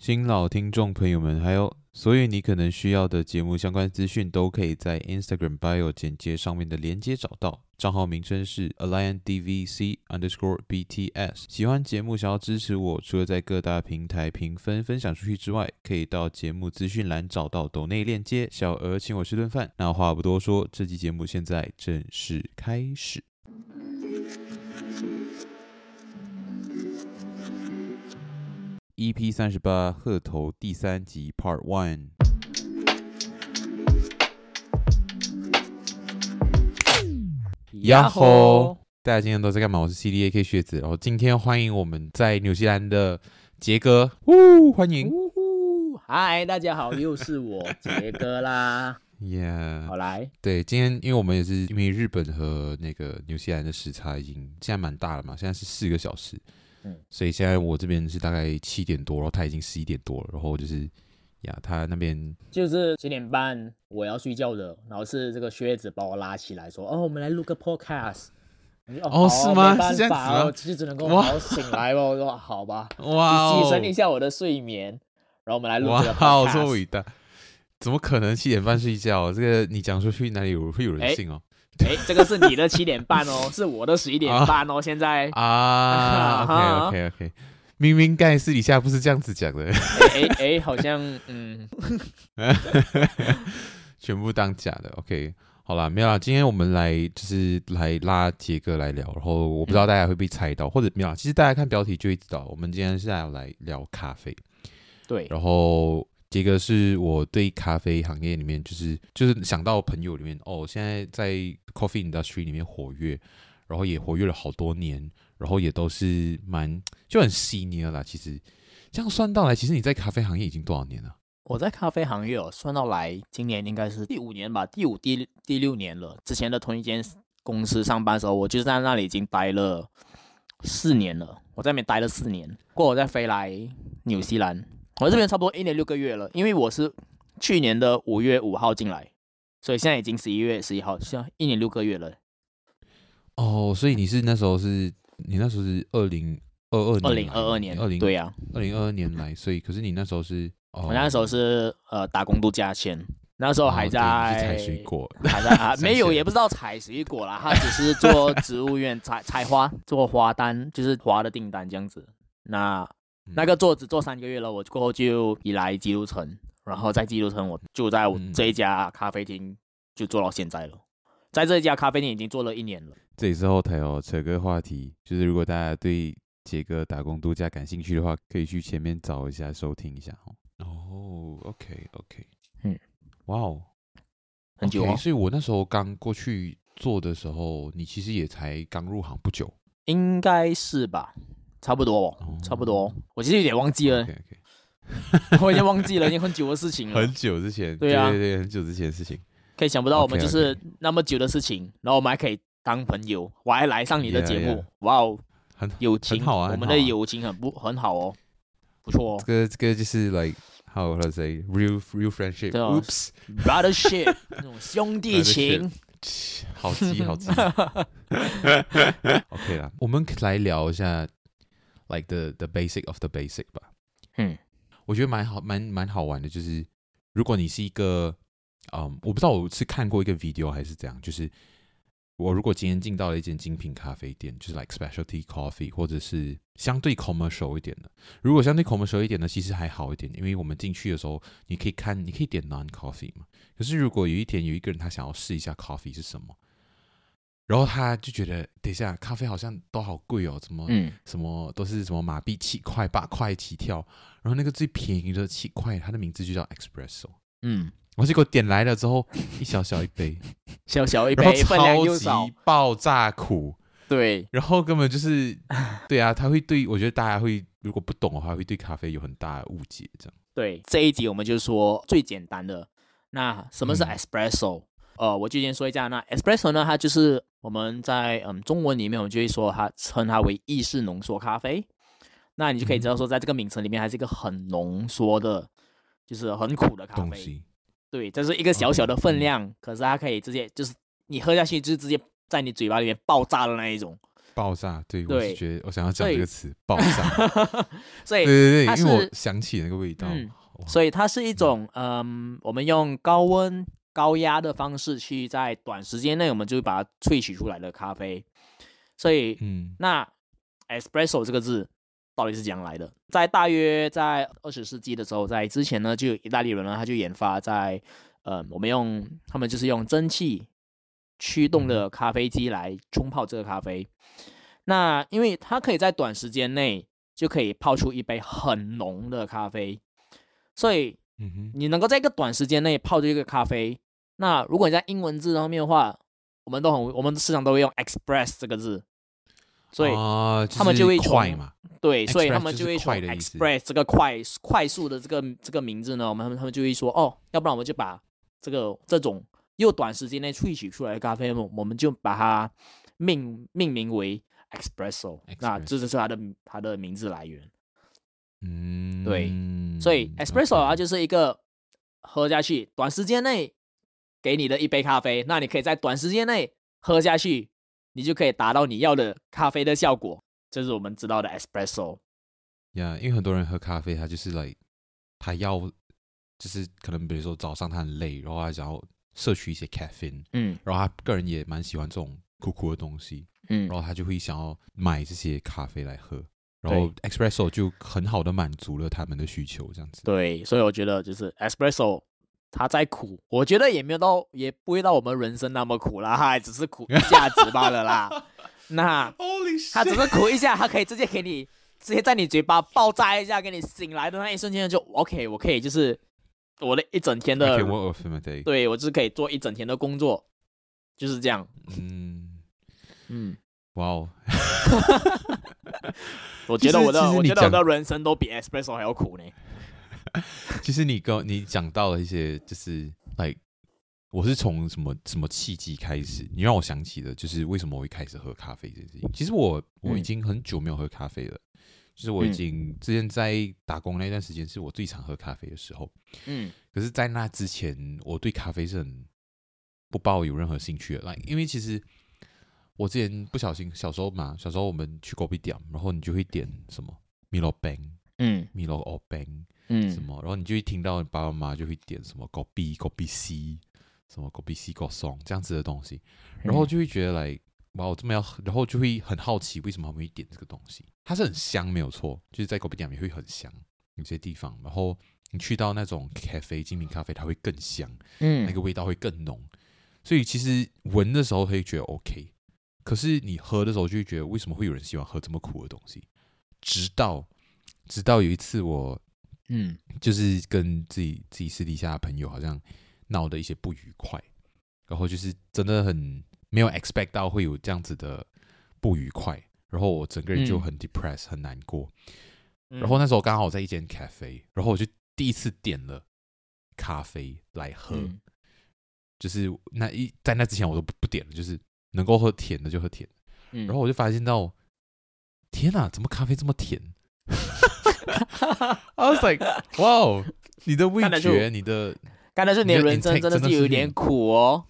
新老听众朋友们，还有所有你可能需要的节目相关资讯，都可以在 Instagram bio 简介上面的连接找到。账号名称是 AlianDVC_BTS。喜欢节目想要支持我，除了在各大平台评分分享出去之外，可以到节目资讯栏找到抖内链接，小额请我吃顿饭。那话不多说，这期节目现在正式开始。EP 38鹤头第3集 Part 1。呀吼！大家今天都在干嘛？我是 CDAK 学子，然后今天欢迎我们在纽西兰的杰哥，欢迎！ 嗨，大家好，又是我杰哥啦。好来， 对，今天因为我们也是因为日本和那个纽西兰的时差已经现在蛮大了嘛，现在是4个小时。所以现在我这边是大概7点多，然后他已经11点多了，然后就是他那边就是7点半我要睡觉的，然后是这个靴子把我拉起来说，我们来录个 podcast。 是吗？ 没办法是这样子吗？ 就只能够好好醒来吧。我说好吧， 哇， 牺牲一下我的睡眠，然后我们来录这个 podcast。 哇，这么伟大！怎么可能7点半睡觉？这个你讲出去哪里会有人信哦？ 这个是你的7点半哦，是我的11点半哦，现在 OK， 明明刚才私底下不是这样子讲的， 好像全部当假的。OK， 好啦，没有啦，今天我们就是来拉杰哥来聊，然后我不知道大家会不会猜到，或者没有啦，其实大家看标题就会知道，我们今天是要来聊咖啡。 对， 然后杰哥是我对咖啡行业里面就是想到朋友里面现在在 coffee industry 里面活跃，然后也活跃了好多年，然后也都是就很senior啦。其实这样算到来，其实你在咖啡行业已经多少年了？ 我在咖啡行业算到来，今年应该是第5年吧，第6年了。之前的同一间公司上班的时候，我就在那里已经待了4年了。我在那边待了4年，过后我再飞来纽西兰。我这边差不多1年6个月了，因为我是去年的5月5号进来，所以现在已经11月11号，现在1年6个月了。 所以你那时候是 2022年，对呀 ，2022年来，所以可是你那时候是我那时候是打工度假签，那时候还在采水果， 还在没有，也不知道采水果啦，他只是做植物园采花，做花单，就是花的订单这样子。那个只做3个月了，我过后就移来基督城，然后在基督城我就在我这一家咖啡厅就做到现在了。在这一家咖啡厅已经做了1年了。 这也是后台扯个话题，就是如果大家对杰哥打工度假感兴趣的话，可以去前面找一下收听一下OK， 哇哦， 很久哦。 所以我那时候刚过去做的时候，你其实也才刚入行不久， 应该是吧？差不多。我其实有点忘记了。我已经忘记了，已经很久的事情了。 很久之前， 对啊， 对，很久之前的事情。 可以想不到我们就是那么久的事情，然后我们还可以当朋友，我还来上你的节目，哇哦，友情很好啊， 我们的友情很好哦，不错哦。 这个就是 like how to say real friendship，oops brothership 那种兄弟情， 好记。OK 啦，我们来聊一下 like the basic of the basic 吧。我觉得蛮好玩的，就是如果你是一个我不知道我是看过一个 video 还是怎样，就是我如果今天进到了一间精品咖啡店，就是 like specialty coffee， 或者是相对 commercial 一点的。如果相对 commercial 一点的，其实还好一点，因为我们进去的时候，你可以点 non coffee 嘛。可是如果有一天有一个人他想要试一下 coffee 是什么，然后他就觉得等一下咖啡好像都好贵哦，怎么什么都是什么马币7块8块起跳，然后那个最便宜的7块，它的名字就叫 espresso。我结果点来了之后，一小一杯， 小一杯，分量又少， 超级爆炸苦。 对， 然后根本就是对啊，他会我觉得大家会如果不懂的话，会对咖啡有很大的误解。这样对，这一集我们就说最简单的，那什么是 espresso？我就先说一下，那 espresso 呢，它就是我们在中文里面我们就会说称它为意式浓缩咖啡。那你就可以知道说，在这个名称里面还是一个很浓缩的，就是很苦的咖啡。对，这是一个小小的分量，可是它可以直接就是你喝下去就是直接在你嘴巴里面爆炸的那一种。 爆炸，对， 对我是觉得我想要讲这个词，爆炸。 所以对， 它是因为我想起那个味道。 所以它是一种我们用高温高压的方式去在短时间内我们就把它萃取出来的咖啡。所以那 espresso 这个字到底是怎样来的？大约在20世纪的时候，在之前呢，就有意大利人呢，他就研发在他们就是用蒸汽驱动的咖啡机来冲泡这个咖啡。那因为它可以在短时间内就可以泡出一杯很浓的咖啡，所以你能够在一个短时间内泡出一个咖啡。那如果你在英文字方面的话，我们市场都会用 express 这个字，所以他们就会从快嘛， 对，所以他们就会从 express 这个快速的这个名字呢，他们就会说要不然我们就把这种又短时间内萃取出来的咖啡，我们就把它命名为 espresso。那这就是它的名字来源。对，所以 espresso 它就是一个喝下去短时间内给你的一杯咖啡，那你可以在短时间内喝下去，你就可以达到你要的咖啡的效果，这是我们知道的 espresso。 因为很多人喝咖啡，他就是他要就是可能比如说早上他很累，然后他想要摄取一些 caffeine，然后他个人也蛮喜欢这种苦苦的东西，然后他就会想要买这些咖啡来喝，然后 espresso 就很好的满足了他们的需求，这样子。 对，所以我觉得就是 espresso 它再苦，我觉得也不会到我们人生那么苦啦，它只是苦一下子罢了啦。那它只是苦一下，它可以直接给你直接在你嘴巴爆炸一下，给你醒来的那一瞬间就 OK， 我可以就是我的一整天的，对，我就是可以做一整天的工作，就是这样。 哇哦！ 我觉得我的人生都比 espresso 还要苦呢。 其实你讲到了一些，就是我是从什么契机开始？你让我想起的就是为什么我会开始喝咖啡这件事情。其实我已经很久没有喝咖啡了，就是我已经之前在打工那段时间是我最常喝咖啡的时候。可是在那之前，我对咖啡是很不抱有任何兴趣的。因为其实我之前不小心小时候我们去咖啡店，然后你就会点什么 Milo Bang，Milo or Bang。什么，然后你就会听到爸爸妈妈就会点什么咖啡 C， 什么咖啡 C 咖松这样子的东西，然后就会觉得哇，我这么然后就会很好奇为什么他们会点这个东西。它是很香没有错，就是在咖啡店也会很香，有些地方，然后你去到那种精品咖啡，它会更香，那个味道会更浓，所以其实闻的时候会觉得 OK， 可是你喝的时候就会觉得为什么会有人喜欢喝这么苦的东西？直到有一次我就是跟自己私底下的朋友好像闹的一些不愉快，然后就是真的很没有 expect 到会有这样子的不愉快，然后我整个人就很 depressed，很难过。然后那时候刚好在一间 cafe， 然后我就第一次点了咖啡来喝，就是在那之前我都不点了，就是能够喝甜的就喝甜的。然后我就发现到，天哪，怎么咖啡这么甜？I was like， 哇，你的味觉， 看得出你的人生真的是有一点苦哦。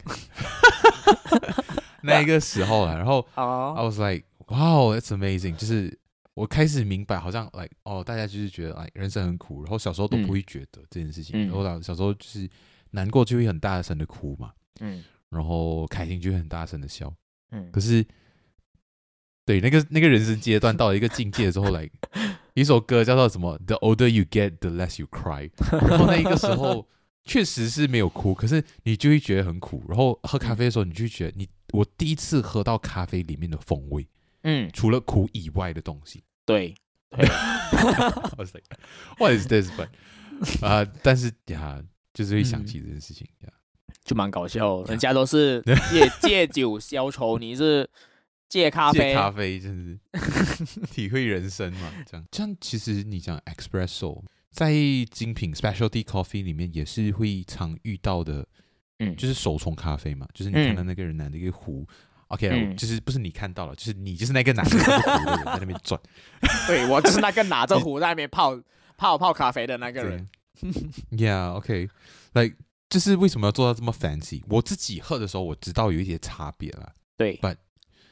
那个时候啦，然后I was like， wow， that's amazing， 就是我开始明白，好像大家就是觉得人生很苦，然后小时候都不会觉得这件事情，然后小时候就是难过就会很大声的哭嘛，然后开心就会很大声的笑，可是对那个人生阶段到了一个境界之后，有一首歌叫做什么 The older you get, the less you cry， 然后那一个时候确实是没有哭，可是你就会觉得很苦，然后喝咖啡的时候，你就会觉得我第一次喝到咖啡里面的风味，除了苦以外的东西。 对 I was like, what is this? But 但是就是会想起这件事情， 就蛮搞笑的。人家都是借酒消愁，你是借咖啡，真是体会人生嘛。这样，其实你讲 espresso 在精品 specialty coffee 里面也是会常遇到的，就是手冲咖啡嘛，就是你看到那个人拿那个壶。OK，就是不是你看到了，就是你就是那个拿着壶的人在那边转。 对，我就是那个拿着壶在那边泡咖啡的那个人。 Yeah，OK， 就是为什么要做到这么 fancy？ 我自己喝的时候，我知道有一些差别啦。 对 ，But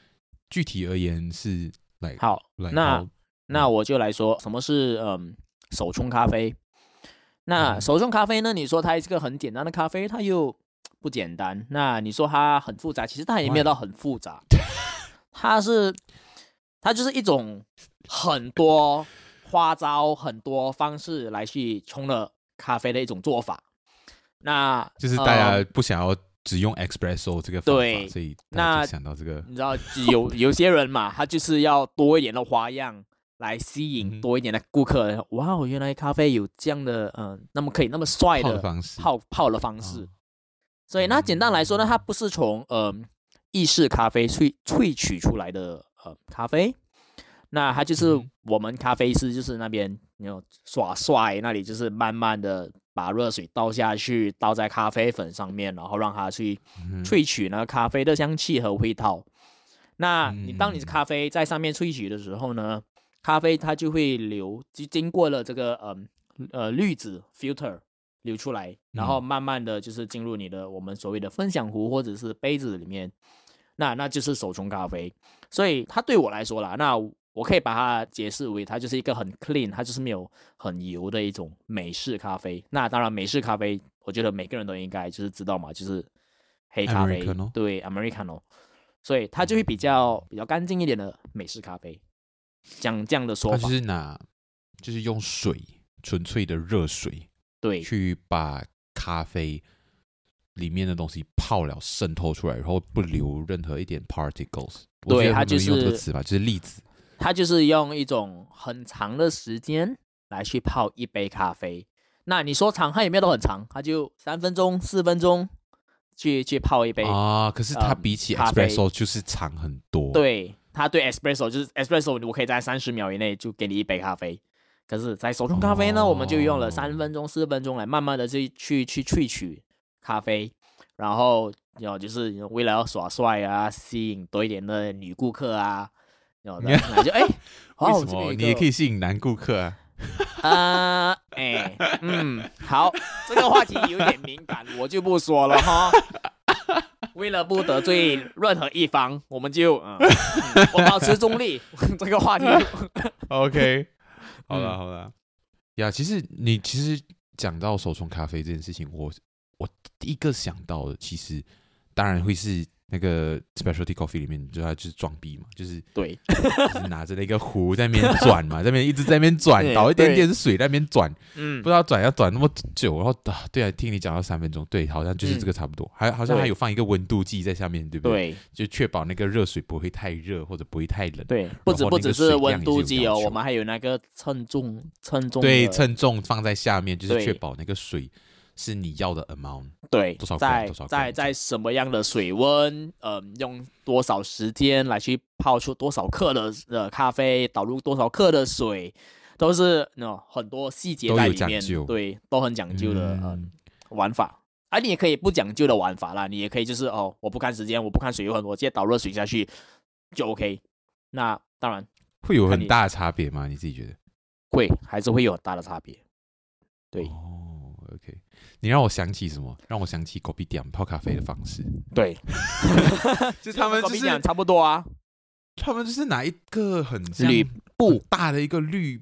具体而言是好，那我就来说什么是手冲咖啡。那手冲咖啡呢？你说它是个很简单的咖啡，它又不简单。那你说它很复杂，其实它也没有到很复杂。它就是一种很多花招、很多方式来去冲了咖啡的一种做法。那就是大家不想要只用 espresso 这个方法，所以大家就想到这个。 你知道有些人嘛，他就是要多一点的花样。来吸引多一点的顾客，哇！原来咖啡有这样的那么可以那么帅的泡的方式，所以那简单来说呢，它不是从意式咖啡萃取出来的咖啡，那它就是我们咖啡师就是那边耍帅，那里就是慢慢的把热水倒下去，倒在咖啡粉上面，然后让它去萃取那个咖啡的香气和味道。那当你的咖啡在上面萃取的时候呢？咖啡它就会就经过了这个滤纸 filter 流出来，然后慢慢的就是进入你的我们所谓的分享壶或者是杯子里面，那就是手冲咖啡。所以它对我来说啦，那我可以把它解释为它就是一个很 clean， 它就是没有很油的一种美式咖啡。那当然美式咖啡，我觉得每个人都应该就是知道嘛，就是黑咖啡，对 Americano， 所以它就会比较干净一点的美式咖啡。这样的说法， 它就是用水，纯粹的热水， 对， 去把咖啡里面的东西泡了渗透出来，然后不留任何一点 particles。 对，它就是用这个词吧，就是粒子。 它就是用一种很长的时间来去泡一杯咖啡。那你说长，它也没有都很长，它就3分钟、4分钟去泡一杯啊。可是它比起 espresso 就是长很多。 对。它对 espresso 就是 espresso， 我可以在30秒以内就给你一杯咖啡。可是，在手冲咖啡呢，我们就用了3分钟、4分钟来慢慢的去萃取咖啡，然后就是为了要耍帅啊，吸引多一点的女顾客啊，那就为什么你也可以吸引男顾客啊？好，这个话题有点敏感，我就不说了哈。为了不得罪任何一方，我们就我保持中立。这个话题 ，OK， 好了呀。其实讲到手冲咖啡这件事情，我第一个想到的，其实当然会是那个 specialty coffee 里面，它就是装逼嘛，就是对， 就是拿着那个壶在那边转嘛，在那边一直在那边转，倒一点点水在那边转，不知道要转那么久，然后对啊，听你讲到3分钟，对，好像就是这个差不多，好像还有放一个温度计在下面，对不对？对，就确保那个热水不会太热或者不会太冷。 对，不只是温度计哦，我们还有那个称重， 对，称重放在下面，就是确保那个水是你要的 amount， 对， 多少在什么样的水温，用多少时间来去泡出多少克的咖啡，导入多少克的水，都是很多细节在里面，对，都很讲究的玩法。你也可以不讲究的玩法啦，你也可以就是我不看时间，我不看水温，我直接倒热水下去就 OK。那当然会有很大的差别吗？你自己觉得？ 还是会有很大的差别。对。 OK， 你让我想起什么？让我想起 Kopitiam 泡咖啡的方式。 对， 就他们就是差不多啊。 他们就是拿一个很大的一个滤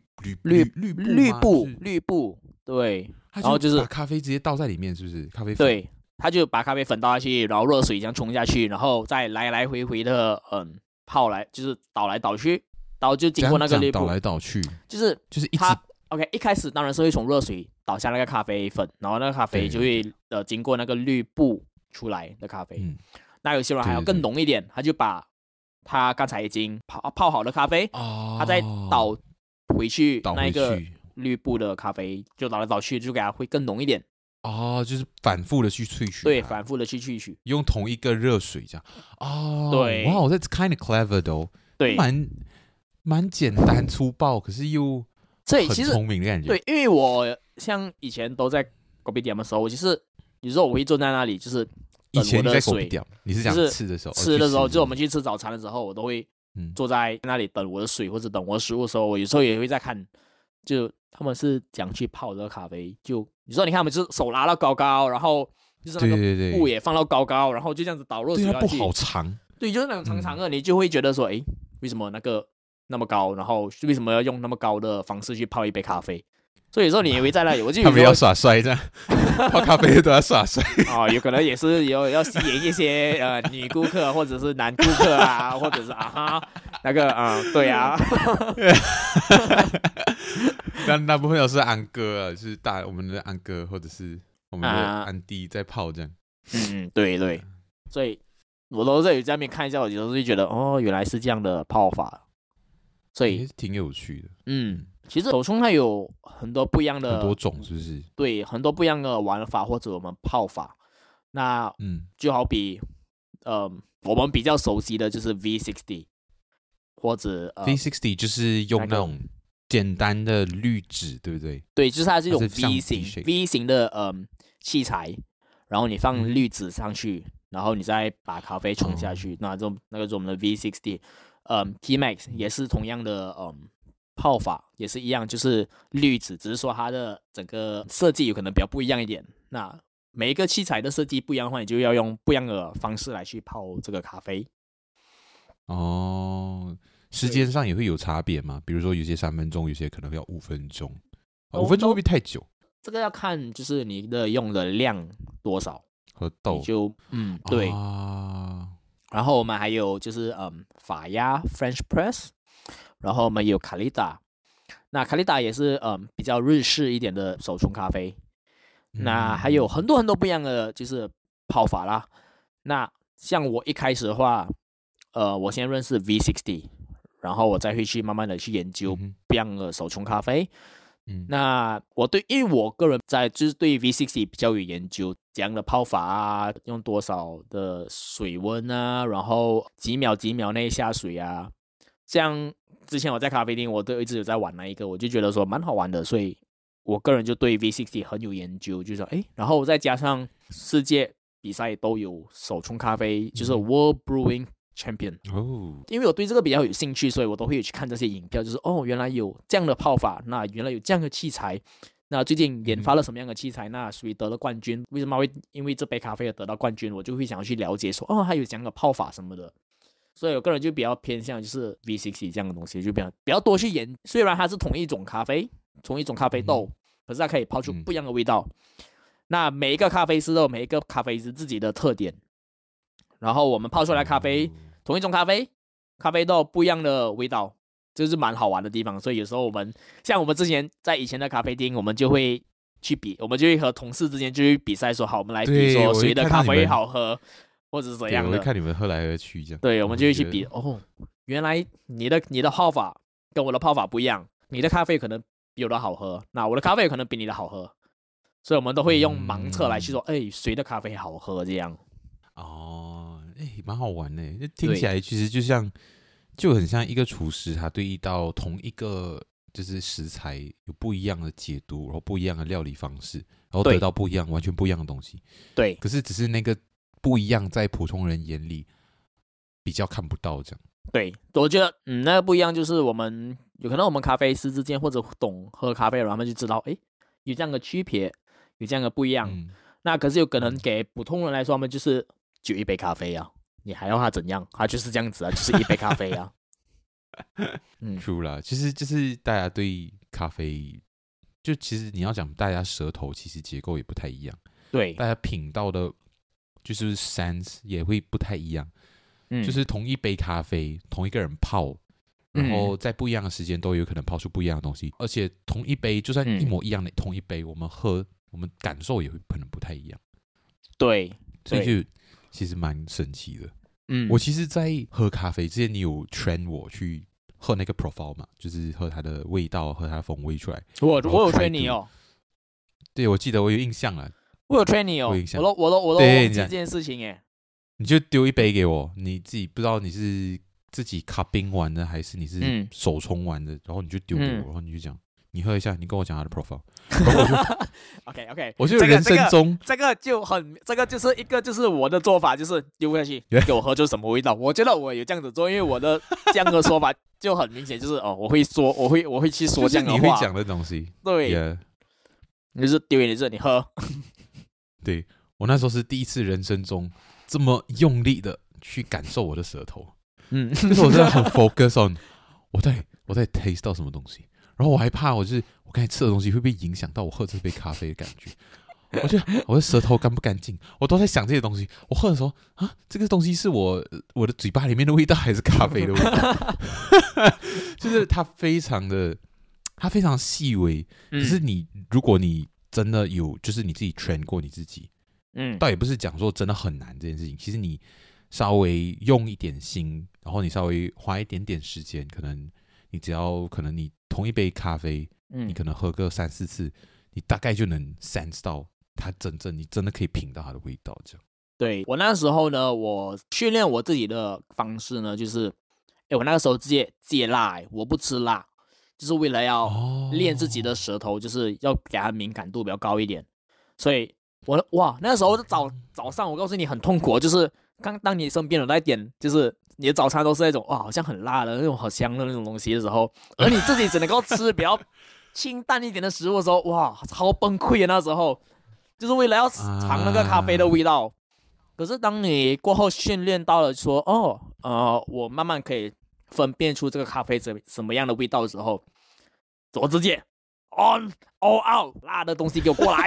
布，对， 然后就是把咖啡直接倒在里面，是不是？咖啡粉。 对，他就把咖啡粉倒下去，然后热水这样冲下去，然后再来来回回的泡来，就是倒来倒去，然后就经过那个滤布倒来倒去， 就是一直。 OK， 一开始当然是会从热水倒下那个咖啡粉，然后那个咖啡就会经过那个滤布出来的咖啡。那有些人还要更浓一点，他就把他刚才已经泡好的咖啡，他再倒回去那个滤布的咖啡，就倒来倒去，就给它会更浓一点。 就是反复的去萃取。 对，反复的去萃取， 用同一个热水这样。 对， 哇，that's kind of clever though。 对， 蛮简单粗暴，可是又很聪明的感觉。 对，因为我像以前都在Kopitiam的时候，就是有时候我会坐在那里，就是以前你在Kopitiam，你是讲吃的时候？ 吃的时候，就我们去吃早餐的时候，我都会坐在那里等我的水或者等我的食物的时候，我有时候也会在看，就他们是讲去泡这个咖啡，就有时候你看他们就是手拉到高高，然后就是那个布也放到高高，然后就这样子倒热水下去。 对，它布好长。 对，就是那种长长的，你就会觉得说，诶，为什么那个那么高，然后为什么要用那么高的方式去泡一杯咖啡？所以说你以为在那里，我就他们要耍帅这样，泡咖啡都要耍帅哦，有可能也是要吸引一些女顾客或者是男顾客啊，或者是那个对啊， 但大部分都是安哥啊，就是我们的安哥或者是我们的安迪在泡这样。 对对，所以我都在那边看一下，我有时候就觉得哦，原来是这样的泡法，所以挺有趣的。 其实手冲它有很多不一样的， 很多种是不是？ 对，很多不一样的玩法或者我们泡法。那就好比我们比较熟悉的就是 V60， 或者 V60 就是用那种简单的滤纸，对不对？ 对，就是它是用 V 型的器材，然后你放滤纸上去，然后你再把咖啡冲下去，那个是我们的 V60。T-Max 也是同样的泡法，也是一样，就是滤纸，只是说它的整个设计有可能比较不一样一点。那每一个器材的设计不一样的话，你就要用不一样的方式来去泡这个咖啡。 时间上也会有差别吗？比如说有些3分钟，有些可能要5分钟。5分钟会不会太久？ 这个要看就是你的用的量多少和豆， 就对然后我们还有就是法压 French Press， 然后我们有卡利达，那卡利达也是比较日式一点的手冲咖啡。那还有很多很多不一样的就是泡法啦。那像我一开始的话，我先认识 V60， 然后我再会去慢慢的去研究不一样的手冲咖啡。那因为我个人就是对 V60 比较有研究，怎样的泡法啊，用多少的水温啊，然后几秒内下水啊，像之前我在咖啡厅，我都一直有在玩那一个，我就觉得说蛮好玩的，所以我个人就对 V60 很有研究，就是说然后再加上世界比赛都有手冲咖啡，就是 World Brewing Champion，因为我对这个比较有兴趣，所以我都会去看这些影片，就是原来有这样的泡法，那原来有这样的器材，那最近研发了什么样的器材，那谁得了冠军，为什么会因为这杯咖啡而得到冠军，我就会想要去了解说还有这样的泡法什么的。所以我个人就比较偏向就是 V60 这样的东西，就比较多去研。虽然它是同一种咖啡，同一种咖啡豆，可是它可以泡出不一样的味道。那每一个咖啡师都有每一个咖啡师自己的特点，然后我们泡出来咖啡，同一种咖啡豆不一样的味道，这是蛮好玩的地方。所以有时候我们之前在以前的咖啡厅，我们就会去比，我们就会和同事之间就会比赛说，好，我们来比说谁的咖啡好喝，或者是怎样的。 我会看你们喝来喝去这样。 对，我们就会去比。原来你的泡法跟我的泡法不一样，你的咖啡可能比我的好喝，那我的咖啡可能比你的好喝，所以我们都会用盲测来去说，谁的咖啡好喝这样。 蛮好玩的，听起来其实就很像一个厨师，他对一道同一个就是食材有不一样的解读，然后不一样的料理方式，然后得到完全不一样的东西。 对， 可是只是那个不一样，在普通人眼里比较看不到这样。 对，我觉得那个不一样，就是有可能我们咖啡师之间或者懂喝咖啡的人，他们就知道，有这样的区别，有这样的不一样。那可是有可能给普通人来说，他们就是一杯咖啡啊，你还要他怎样？他就是这样子啊，就是一杯咖啡啊。 true 啦，其实就是大家对咖啡，就其实你要讲大家舌头其实结构也不太一样， 对， 大家品到的就是 sense 也会不太一样。就是同一杯咖啡，同一个人泡，然后在不一样的时间都有可能泡出不一样的东西，而且同一杯就算一模一样的同一杯，我们感受也会可能不太一样。 对， 所以就其实蛮神奇的。我其实在喝咖啡之前，你有 train 我去喝那个 profile 嘛，就是喝它的味道，喝它的风味出来。 我有 train 你哦。 对，我记得我有印象了。 我有 train 你哦，我都忘记这件事情耶。 你就丢一杯给我，你自己不知道你是自己卡冰完的，还是你是手冲完的，然后你就丢给我，然后你就讲，你喝一下，你跟我讲他的 profile。 OK， 我就人生中这个就是一个就是我的做法，就是丢下去给我喝就是什么味道。我觉得我有这样子做，因为我的这样的说法就很明显，就是我会说，我会去说这样的话， 就是你会讲的东西。 对，就是丢给你这，你喝。 对，我那时候是第一次人生中这么用力的去感受我的舌头，就是我真的很 focus on 我在 taste 到什么东西，然后我还怕我刚才吃的东西会不会影响到我喝这杯咖啡的感觉。我觉得我的舌头干不干净，我都在想这些东西。我喝的时候啊，这个东西是我的嘴巴里面的味道，还是咖啡的味道？就是它非常细微。可是如果你真的有，就是你自己 train 过你自己，倒也不是讲说真的很难这件事情。其实你稍微用一点心，然后你稍微花一点点时间，可能你同一杯咖啡，你可能喝个3-4次，你大概就能 sense 到。你真的可以品到它的味道，这样。 对，我那时候呢，我训练我自己的方式呢，就是，我那个时候戒辣，我不吃辣，就是为了要练自己的舌头，就是要给它敏感度比较高一点。所以那个时候早上，我告诉你很痛苦，就是当你身边有在点，就是你的早餐都是那种好像很辣的那种，好香的那种东西的时候，而你自己只能够吃比较清淡一点的食物的时候，超崩溃的那时候。就是为了要尝那个咖啡的味道，可是当你过后训练到了说，我慢慢可以分辨出这个咖啡什么样的味道的时候，我直接 on all out 辣的东西给我过来。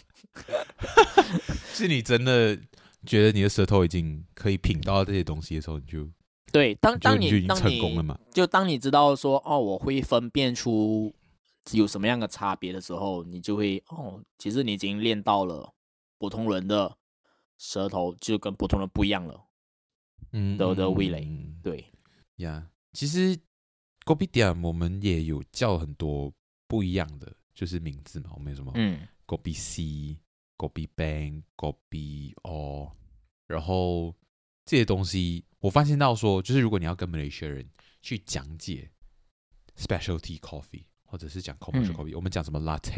是你真的觉得你的舌头已经可以品到这些东西的时候，你就对，当你就已经成功了嘛？ 就当你知道说，我会分辨出。有什么样的差别的时候，你就会其实你已经练到了普通人的舌头就跟普通人不一样了，的味蕾，对呀。其实 Kopitiam 我们也有叫很多不一样的就是名字嘛，我们有什么Kopi C、Kopi Bang、Kopi O， 然后这些东西我发现到说，就是如果你要跟马来西亚人去讲解 specialty coffee。或者是讲 commercial coffee，我们讲什么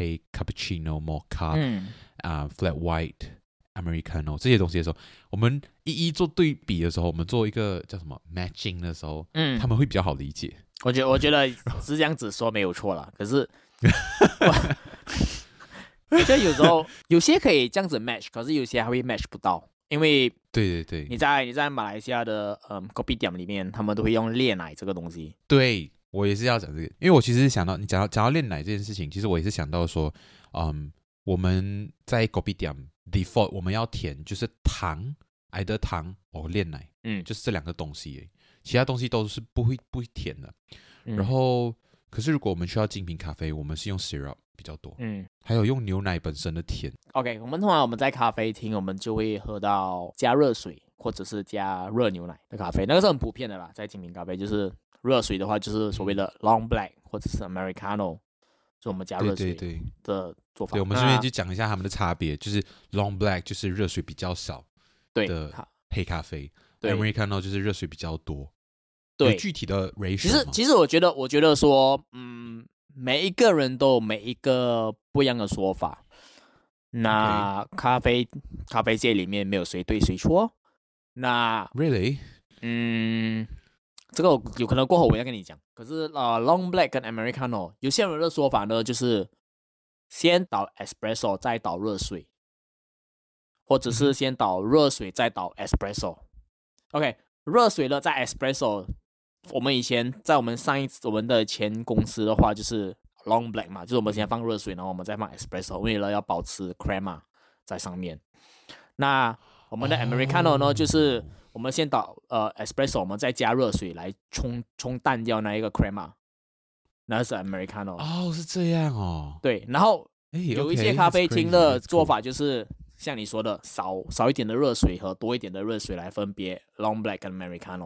latte、cappuccino、mocha、flat white、americano 这些东西的时候，我们一做对比的时候，我们做一个叫什么 matching 的时候，他们会比较好理解。 我觉得是这样子说没有错啦，可是我觉得有时候有些可以这样子 match， 可是有些还会 match 不到，因为对， 你在马来西亚的Kopitiam 里面，他们都会用炼奶这个东西。 对。我也是要讲这个，因为我其实想到你讲到炼奶这件事情，其实我也是想到说，我们在 Kopitiam default 我们要填就是糖或炼奶，就是这两个东西而已，其他东西都是不会填的。然后，可是如果我们需要精品咖啡，我们是用 syrup 比较多，还有用牛奶本身的甜。 OK， 通常我们在咖啡厅，我们就会喝到加热水或者是加热牛奶的咖啡，那个是很普遍的啦，在精品咖啡就是。热水的话就是所谓的 long black 或者是 americano， 就我们加热水的做法。 对，我们顺便就讲一下他们的差别，就是 long black 就是热水比较少的黑咖啡，对 ，americano 就是热水比较多。对，有具体的 ratio 吗？ 其实我觉得说，每一个人都有每一个不一样的说法。那咖啡界里面没有谁对谁错。那 really， 这个有可能过后我要跟你讲，可是long black 跟 americano 有些人的说法呢，就是先倒 espresso 再倒热水，或者是先倒热水再倒 espresso。OK， 热水了再 espresso， 我们以前在我们的前公司的话就是 long black 嘛，就是我们先放热水，然后我们再放 espresso， 为了要保持 crema 在上面。那我们的 americano 呢，就是我们先倒espresso， 我们再加热水来冲淡掉那一个 crema， 那是 americano。 是这样哦。 对，然后有一些咖啡厅的做法就是像你说的，少一点的热水和多一点的热水来分别 long black 跟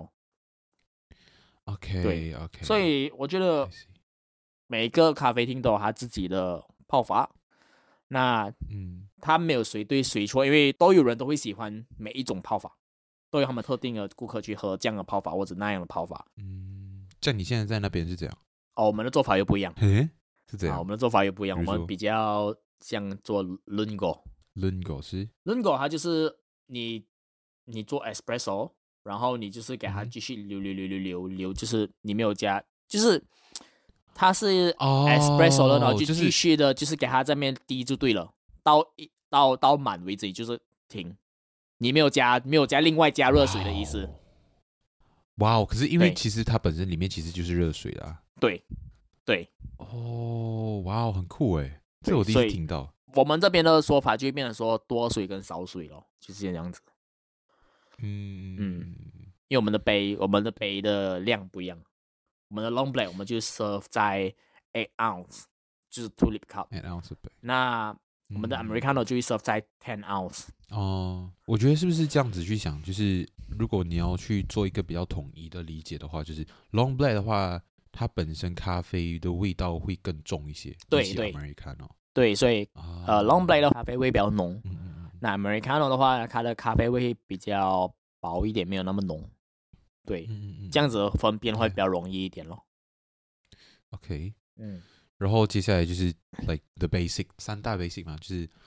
americano。 对， 所以我觉得每一个咖啡厅都有他自己的泡法。那他没有谁对谁错，因为都有人都会喜欢每一种泡法，都有他们特定的顾客去喝这样的泡法或者那样的泡法。 像你现在在那边是这样？ 我们的做法又不一样。 是这样。 我们的做法又不一样，我们比较像做 lungo。lungo 是 lungo， 它就是你做 espresso， 然后你就是给它继续流，就是你没有加，就是它是 espresso 了，然后就继续的，就是给它在那边滴就对了，到满为止就是停。 你没有加另外加热水的意思。 哇，可是因为其实它本身里面其实就是热水的啊。 对。 哦，哇，很酷哎，这我第一次听到。 我们这边的说法就会变成说多水跟少水咯，就是这样子。因为我们的杯的量不一样，我们的 long black 我们就 serve 在8 ounce， 就是 tulip cup。8 ounce 杯。 那我们的 Americano 就会 serve 在10 ounce。 我觉得是不是这样子去想，就是如果你要去做一个比较统一的理解的话，就是 long black 的话，它本身咖啡的味道会更重一些。 对 Americano。 对，所以long black 的咖啡味比较浓，那 Americano 的话，它的咖啡味比较薄一点，没有那么浓。对，这样子的分辨会比较容易一点咯。 OK， 然后接下来就是 like the basic 3大 basic 嘛，就是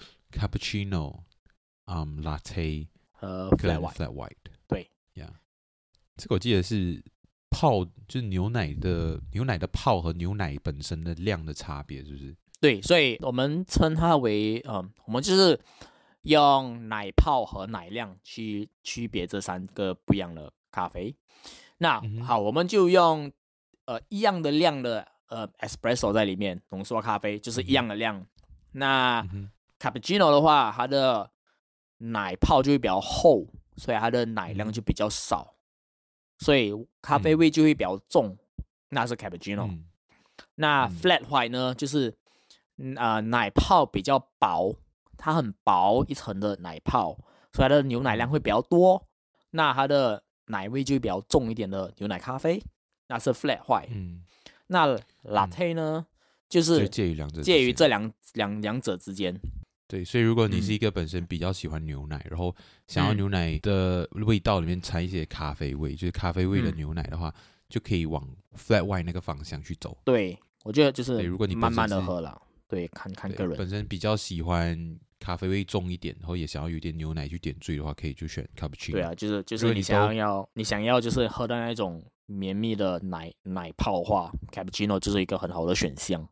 cappuccino、latte 和 flat white。 对 ，yeah， 这个我记得是泡，就是牛奶的泡和牛奶本身的量的差别，是不是？ 对，所以我们称它为我们就是用奶泡和奶量去区别这3个不一样的咖啡。那好，我们就用一样的量的espresso 在里面浓缩咖啡，就是一样的量。那cappuccino 的话，它的奶泡就会比较厚，所以它的奶量就比较少，所以咖啡味就会比较重，那是 cappuccino。那 flat white 呢，就是奶泡比较薄，它很薄一层的奶泡，所以它的牛奶量会比较多，那它的奶味就会比较重一点的牛奶咖啡，那是 flat white。那 latte 呢，就是介于这两者之间。 对，所以如果你是一个本身比较喜欢牛奶，然后想要牛奶的味道里面掺一些咖啡味，就是咖啡味的牛奶的话，就可以往 flat white 那个方向去走。 对，我觉得就是如果你慢慢的喝啦。对，看个人。 本身比较喜欢咖啡味重一点，然后也想要有点牛奶去点缀的话，可以就选 cappuccino。 对啊，就是你想要就是喝到那种绵密的奶泡的话 ，cappuccino 就是一个很好的选项。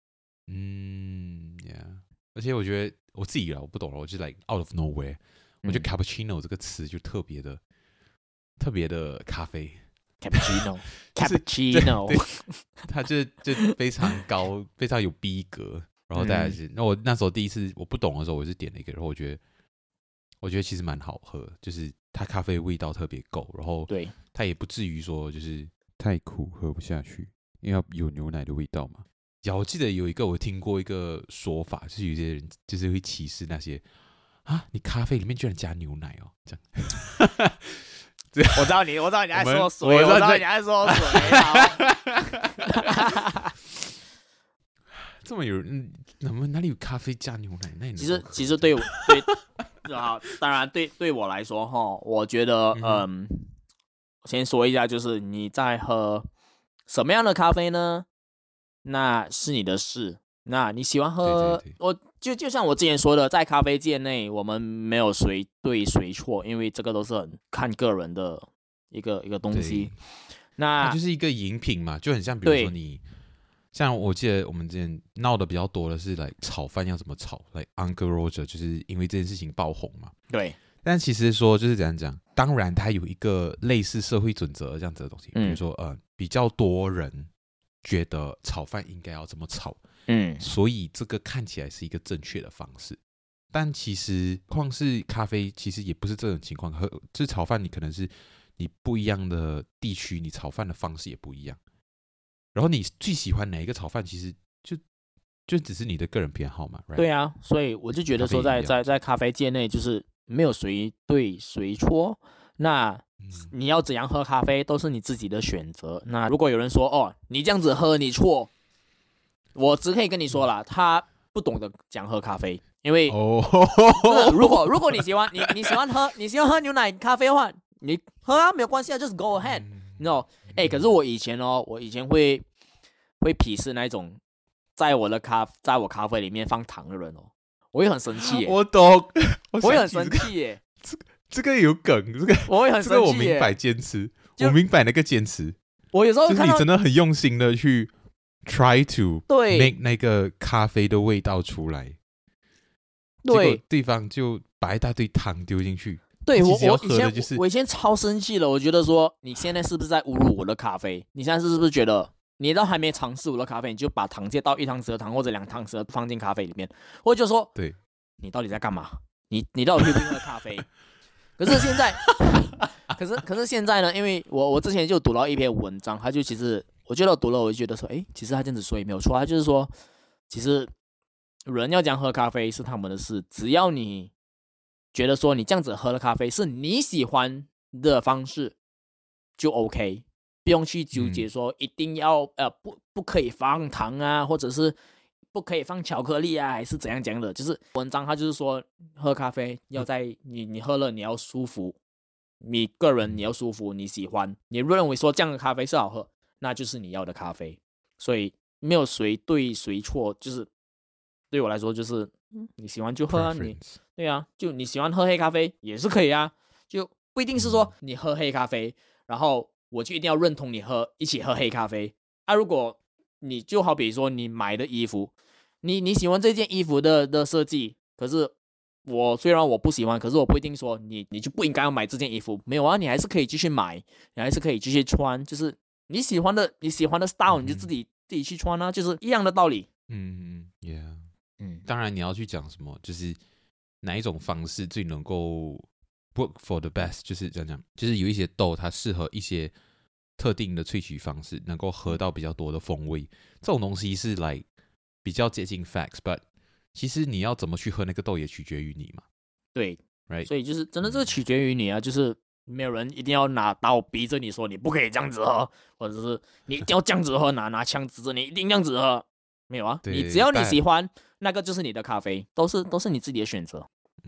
yeah， 而且我觉得我自己啦，我不懂了，我就 like out of nowhere，我觉得 cappuccino 这个词就特别的咖啡。 cappuccino， 它就非常高，非常有逼格。然后再来是，那我那时候第一次我不懂的时候，我是点了一个，然后我觉得其实蛮好喝，就是它咖啡味道特别够，然后对它也不至于说就是太苦喝不下去，因为要有牛奶的味道嘛。我记得有一个我听过一个说法，就是有些人就是会歧视那些你咖啡里面居然加牛奶哦，这样。 我知道你在说水，我知道你在说水。 这么有人，哪里有咖啡加牛奶？那其实对当然对我来说哈，我觉得先说一下，就是你在喝什么样的咖啡呢？那是你的事。那你喜欢喝， 对我就像我之前说的，在咖啡界内，我们没有谁对谁错，因为这个都是很看个人的一个东西。那它就是一个饮品嘛，就很像比如说你。像我记得我们之前闹的比较多的是来炒饭要怎么炒，来 Uncle Roger 就是因为这件事情爆红嘛。 对， 但其实说就是怎样讲，当然它有一个类似社会准则这样子的东西，比如说比较多人觉得炒饭应该要怎么炒，所以这个看起来是一个正确的方式。但其实况是咖啡，其实也不是这种情况，就是炒饭你可能是你不一样的地区，你炒饭的方式也不一样。然后你最喜欢哪一个炒饭，其实就只是你的个人偏好嘛。Right? 对啊，所以我就觉得说在咖啡界内，就是没有谁对谁错。那你要怎样喝咖啡，都是你自己的选择。那如果有人说你这样子喝你错，我只可以跟你说啦，他不懂得讲喝咖啡，因为如果你喜欢你喜欢喝牛奶咖啡的话，你喝啊，没有关系啊，就是 go ahead。你知道，可是我以前会鄙视那种在我咖啡里面放糖的人我会很生气耶。 我懂， 我会很生气耶。 这个有梗，这个我会很生气耶。 这个我明白坚持，我明白那个坚持。 我有时候看到就是你真的很用心的去 try to make 那个咖啡的味道出来，结果对方就把一大堆糖丢进去。 对我就是我以前超生气了，我觉得说你现在是不是在侮辱我的咖啡？你现在是不是觉得你都还没尝试我的咖啡，你就把糖直接倒1汤匙的糖或者2汤匙的放进咖啡里面？我就说， 对， 你到底在干嘛？你到底会不会喝咖啡？可是现在，可是现在呢？因为我之前就读到一篇文章，他就其实我觉得我读了，我就觉得说，其实他这样子说也没有错，他就是说，其实人要讲喝咖啡是他们的事，只要你觉得说你这样子喝的咖啡是你喜欢的方式，就 OK， 不用去纠结说一定要不可以放糖啊，或者是不可以放巧克力啊，还是怎样讲的。就是文章他就是说，喝咖啡要在你喝了你要舒服，你个人你要舒服，你喜欢，你认为说这样的咖啡是好喝，那就是你要的咖啡。所以没有谁对谁错，就是对我来说就是你喜欢就喝啊，你对啊，就你喜欢喝黑咖啡也是可以啊，就不一定是说你喝黑咖啡，然后我就一定要认同你一起喝黑咖啡啊。如果你就好比说你买的衣服，你喜欢这件衣服的设计，可是虽然我不喜欢，可是我不一定说你就不应该要买这件衣服，没有啊，你还是可以继续买，你还是可以继续穿，就是你喜欢的 style 你就自己去穿啊，就是一样的道理。 Yeah，当然你要去讲什么，就是哪一种方式最能够 work for the best， 就是这样讲，就是有一些豆它适合一些特定的萃取方式，能够喝到比较多的风味，这种东西是来比较接近 facts，but 其实你要怎么去喝那个豆也取决于你嘛。 对 ，right， 所以就是真的这个取决于你啊，就是没有人一定要拿刀逼着你说你不可以这样子喝，或者是你一定要这样子喝，拿枪指着你一定这样子喝，没有啊，你只要你喜欢，那个就是你的咖啡，都是你自己的选择。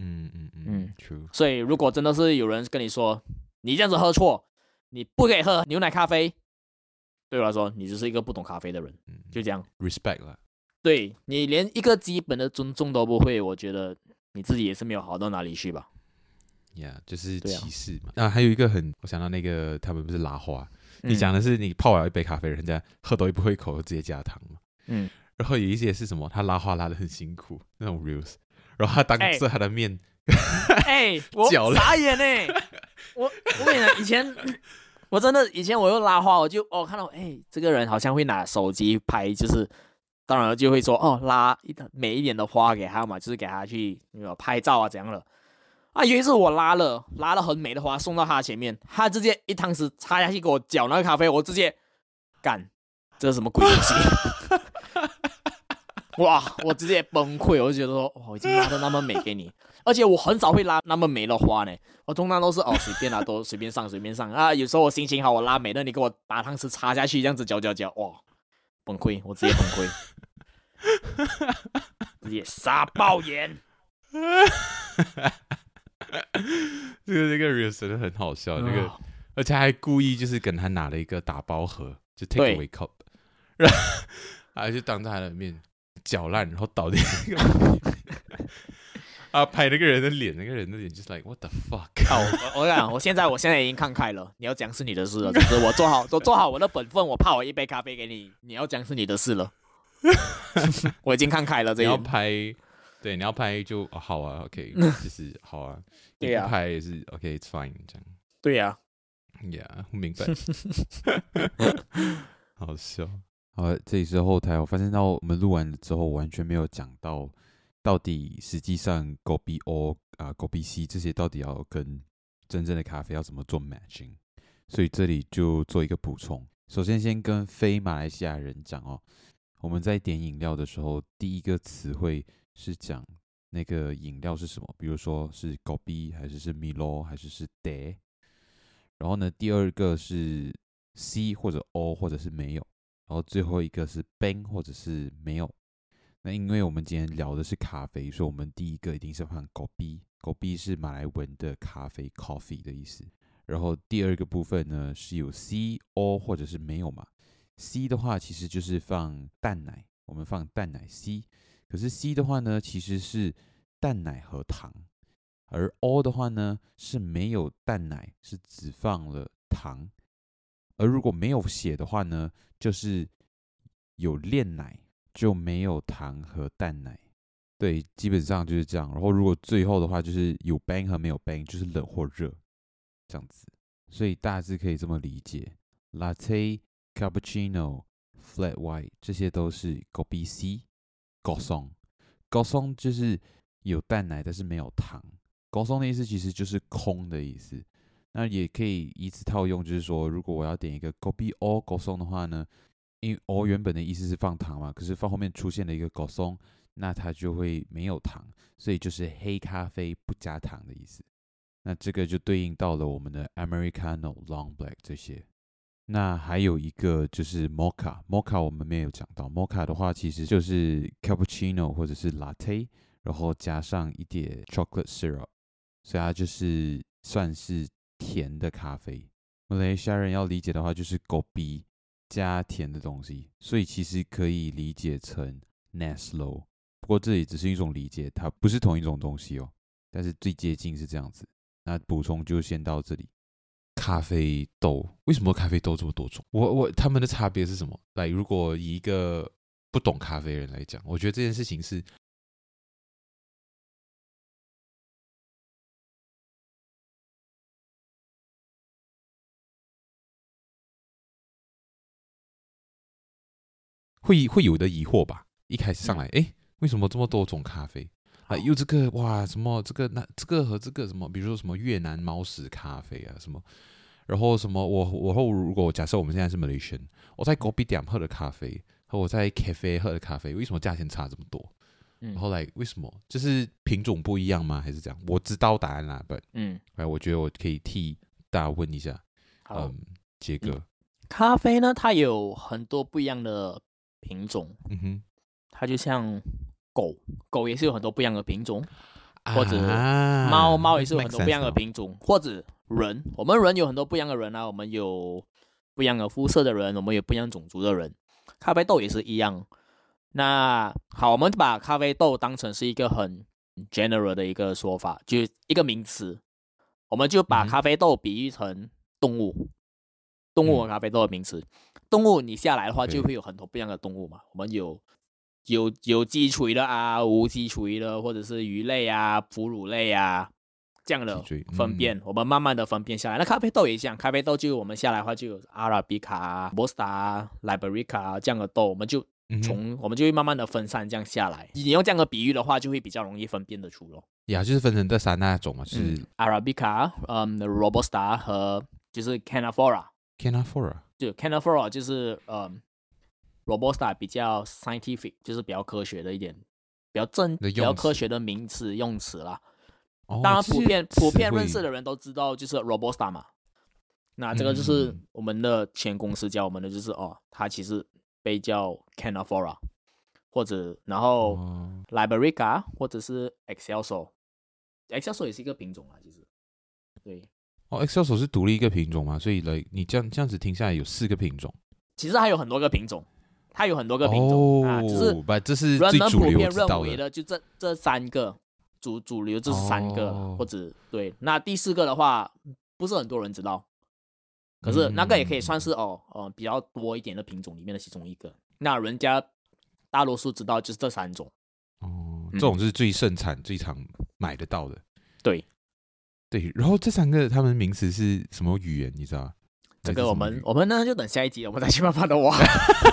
True。 所以如果真的是有人跟你说你这样子喝错，你不可以喝牛奶咖啡，对我来说你就是一个不懂咖啡的人，就这样。 respect 啦。 对，你连一个基本的尊重都不会，我觉得你自己也是没有好到哪里去吧。 就是歧视嘛。还有一个我想到那个他们不是拉花，你讲的是你泡完一杯咖啡，人家喝都不会一口就直接加糖嘛。然后有一些是什么，他拉花拉得很辛苦那种 reels， 然后他当着他的面， 我傻眼我跟你讲，以前我又拉花，我就看到这个人好像会拿手机拍，就是当然就会说拉美一点的花给他嘛，就是给他去拍照啊怎样了。有一次我拉了很美的花送到他前面，他直接1汤匙插下去给我搅那个咖啡，我直接干，这是什么鬼东西？哇！我直接崩溃，我就觉得说，我已经拉的那么美给你，而且我很少会拉那么美的花呢。我通常都是随便啦，都随便上啊。有时候我心情好，我拉美的，你给我把汤匙插下去，这样子搅，哇，崩溃！我直接崩溃，直接傻爆眼。 这个 reels 真的很好笑，那个而且还故意就是跟他拿了一个打包盒，就 take away cup， 然后他就当着他的面搅烂，然后倒进那个拍那个人的脸，那个人的脸就是 like what the fuck。 我讲，我现在已经看开了，你要讲是你的事了，就是我做好我的本分，我泡一杯咖啡给你，你要讲是你的事了。我已经看开了，这你要拍，对，你要拍就好啊 ，OK， 就是好啊，你不拍也是 OK，it's fine 这样。 对呀 ，Yeah， 我明白。好笑。好，这里是后台，我发现到我们录完了之后，完全没有讲到底实际上狗比 O 狗比 C 这些到底要跟真正的咖啡要怎么做 matching， 所以这里就做一个补充。首先，先跟非马来西亚人讲我们在点饮料的时候，第一个词汇是讲那个饮料是什么，比如说是狗比还是Milo还是 Teh， 然后呢，第二个是 C 或者 O 或者是没有。然后最后一个是 bang 或者是没有。那因为我们今天聊的是咖啡，所以我们第一个一定是放kopi， kopi 是马来文的咖啡 coffee 的意思。然后第二个部分呢是有 C O 或者是没有嘛。C 的话其实就是放淡奶，我们放淡奶 C。可是 C 的话呢其实是淡奶和糖，而 O 的话呢是没有淡奶，是只放了糖。而如果没有写的话呢，就是有炼奶就没有糖和淡奶， 对，基本上就是这样。然后如果最后的话，就是有 bang 和没有 bang，就是冷或热这样子。所以大致可以这么理解 ：latte、cappuccino、flat white 这些都是 kopi C、gosong。gosong 就是有淡奶但是没有糖。gosong 的意思其实就是空的意思。那也可以以此套用，就是说，如果我要点一个 kopi o gosong 的话呢，因为 o 原本的意思是放糖嘛，可是放后面出现了一个 gosong，那它就会没有糖，所以就是黑咖啡不加糖的意思。那这个就对应到了我们的 Americano、Long Black 这些。那还有一个就是 Mocha 我们没有讲到。Mocha 的话，其实就是 Cappuccino 或者是 Latte， 然后加上一点 Chocolate Syrup， 所以它就是算是甜的咖啡。马来西亚人要理解的话，就是 Kopi 加甜的东西，所以其实可以理解成 Neslo。不过这也只是一种理解，它不是同一种东西哦。但是最接近是这样子。那补充就先到这里。咖啡豆为什么咖啡豆这么多种？他们的差别是什么？来，如果以一个不懂咖啡人来讲，我觉得这件事情是会有的疑惑吧。一开始上来，为什么这么多种咖啡？有这个哇，什么这个那这个和这个什么，比如说什么越南猫屎咖啡啊什么，然后什么如果假设我们现在是 Malaysian， 我在 Kopitiam 喝的咖啡和我在 Cafe 喝的咖啡，为什么价钱差这么多？后来为什么？就是品种不一样吗？还是这样？我知道答案啦，我觉得我可以替大家问一下，杰哥， 咖啡呢，它有很多不一样的品种，它就像狗也是有很多不一样的品种，或者猫也是有很多不一样的品种，或者我们人有很多不一样的人啊，我们有不一样的肤色的人，我们有不一样种族的人，咖啡豆也是一样。那好，我们把咖啡豆当成是一个很 general 的一个说法，就是一个名词，我们就把咖啡豆比喻成动物和咖啡豆的名词。动物你下来的话，就会有很多不一样的动物嘛，我们有鸡垂的啊，无鸡垂的，或者是鱼类啊、哺乳类啊这样的分辨，我们慢慢的分辨下来。那咖啡豆也这样，咖啡豆就我们下来的话就有阿拉比卡、Robusta、Liberica 这样的豆，我们就会慢慢的分散这样下来。你用这样的比喻的话，就会比较容易分辨得出咯。 就是分成这三大种嘛，就是 Arabica、Robusta 和就是 Canafora。就 Canafora 就是Robusta 比较 scientific， 就是比较科学的一点，比较科学的名词用词啦。当然普遍认识的人都知道就是 Robusta 嘛。那这个就是我们的前公司教我们的，就是它其实被叫 Canafora， 或者然后 Liberica 或者是 Excelso 也是一个品种啦，其实对。 Excelso 是独立一个品种嘛，所以你这样子听下来有4个品种， 其实还有很多个品种，只是人们普遍认为的就这3个主流，这是3个，或者对。那第4个的话，不是很多人知道，可是那个也可以算是比较多一点的品种里面的其中一个。那人家大多数知道就是这3种。 这种是最盛产、最常买得到的。 对， 然后这3个他们名词是什么语言？你知道？ 这个我们呢就等下一集我们再去慢慢的挖。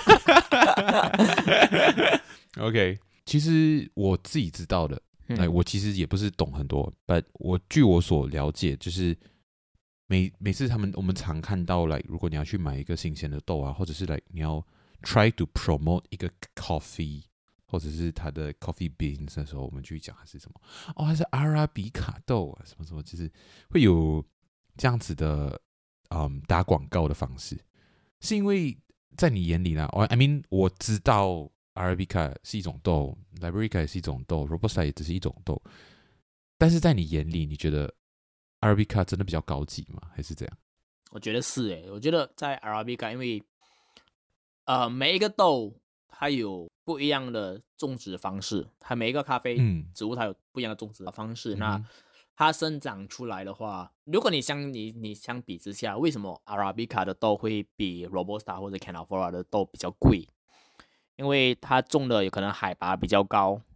OK， 其实我自己知道的，我其实也不是懂很多，但据我所了解，就是每次我们常看到如果你要去买一个新鲜的豆啊，或者是你要 try to promote 一个 coffee。或者是它的 coffee beans 的时候，我们去讲它是什么它是阿拉比卡豆啊，什么什么，就是会有这样子的打广告的方式，是因为在你眼里啦，I mean 我知道阿拉比卡是一种豆 ，Liberica 也是一种豆 ，Robusta 也只是一种豆，但是在你眼里，你觉得阿拉比卡真的比较高级吗？还是这样？ 我觉得是我觉得在阿拉比卡，因为每一个豆它有不一样的种植方式，它每一个咖啡植物它有不一样的种植方式。那它生长出来的话，如果你相比之下，为什么 Arabica 的豆会比 Robusta 或者 Canafora 的豆比较贵？因为它种的有可能海拔比较高，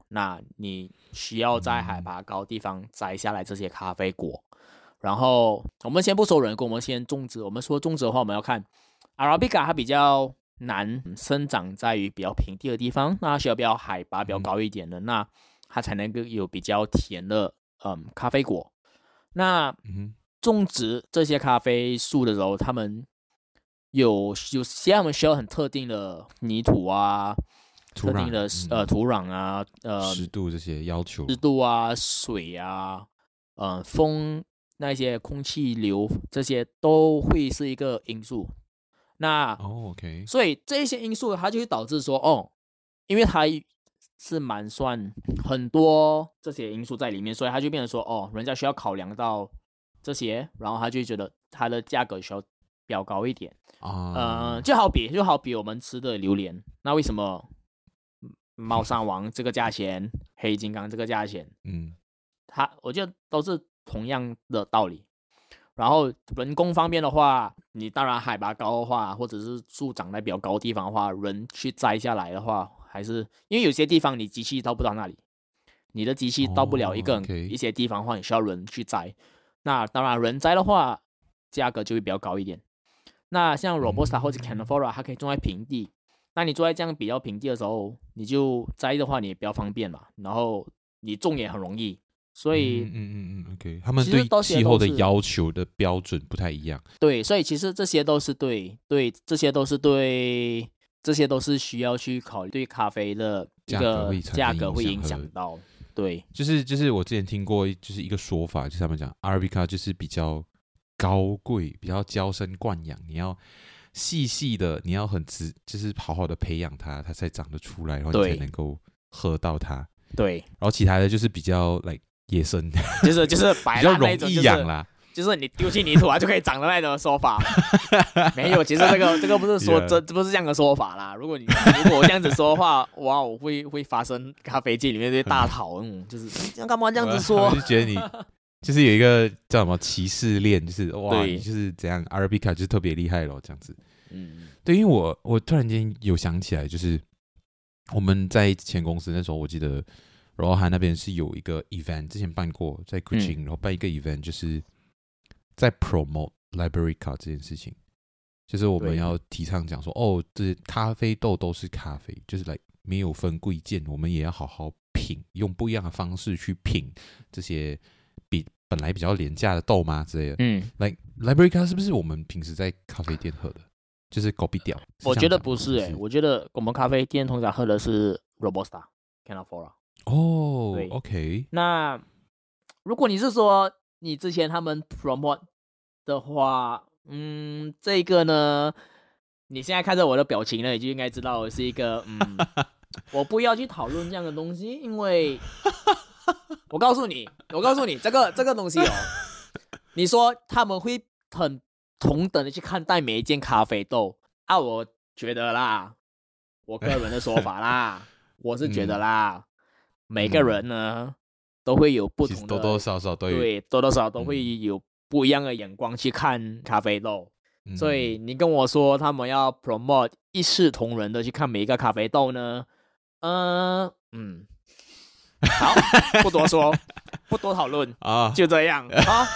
那你需要在海拔高地方摘下来这些咖啡果，然后我们先不说人工，我们先种植。我们说种植的话，我们要看 Arabica 它比较难生长在于比较平地的地方，那它需要比较海拔比较高一点的，那它才能够有比较甜的咖啡果。那种植这些咖啡树的时候，他们有些他们需要很特定的泥土啊，特定的土壤啊， 湿度这些要求， 湿度啊，水啊，风那些空气流这些都会是一个因素。那 OK， 所以这些因素它就会导致说因为它是蛮算很多这些因素在里面，所以它就变成说人家需要考量到这些，然后他就觉得它的价格需要比较高一点就好比我们吃的榴莲，那为什么猫山王这个价钱，黑金刚这个价钱，我觉得都是同样的道理。然后人工方面的话，你当然海拔高的话，或者是树长在比较高的地方的话，人去摘下来的话，还是因为有些地方你机器到不到那里，你的机器到不了一些地方的话，你需要人去摘。那当然人摘的话，价格就会比较高一点。那像 Robusta 或者 Canafora 它可以种在平地，那你种在这样比较平地的时候，你就摘的话你也比较方便嘛，然后你种也很容易。所以 OK， 他们对气候的要求的标准不太一样。 对，所以其实这些都是这些都是需要去考虑对咖啡的一个价格会影响到。对， 就是我之前听过就是一个说法，就是他们讲 Arabica 就是比较高贵，比较娇生惯养，你要细细的，你要就是好好的培养它，它才长得出来，然后你才能够喝到它。 对， 然后其他的就是比较野生， 就是摆烂那种， 比较容易养啦， 就是你丢进泥土就可以长的那种说法。没有，其实这个不是说这不是这样的说法啦。如果我这样子说的话，哇，我会发生咖啡界里面这些大讨论，就是干嘛这样子说？ 我就觉得你就是有一个叫什么歧视链，就是哇，你就是怎样 Arabica 就是特别厉害咯，这样子。对，因为我突然间有想起来，就是我们在前公司那时候，我记得。然后他那边是有一个 event， 之前办过在 Kuching，然后办一个 event， 就是在 promote Liberica 这件事情，就是我们要提倡讲说，这咖啡豆都是咖啡，就是没有分贵贱，我们也要好好品，用不一样的方式去品这些本来比较廉价的豆嘛之类的。Liberica 是不是我们平时在咖啡店喝的？就是狗比屌？ 我觉得不是我觉得我们咖啡店通常喝的是 Robusta、Canafora。 对 OK。 那如果你是说你之前他们 promote 的话，这个呢，你现在看着我的表情呢，你就应该知道我是一个我不要去讨论这样的东西，因为我告诉你，这个东西你说他们会很同等的去看待每一件咖啡豆我觉得啦，我个人的说法啦，我是觉得啦。每个人呢都会有不同的， 多多少少都有， 对，多多少少都会有不一样的眼光去看咖啡豆。所以你跟我说他们要 promote 一视同仁的去看每一个咖啡豆呢，好，不多说，不多讨论就这样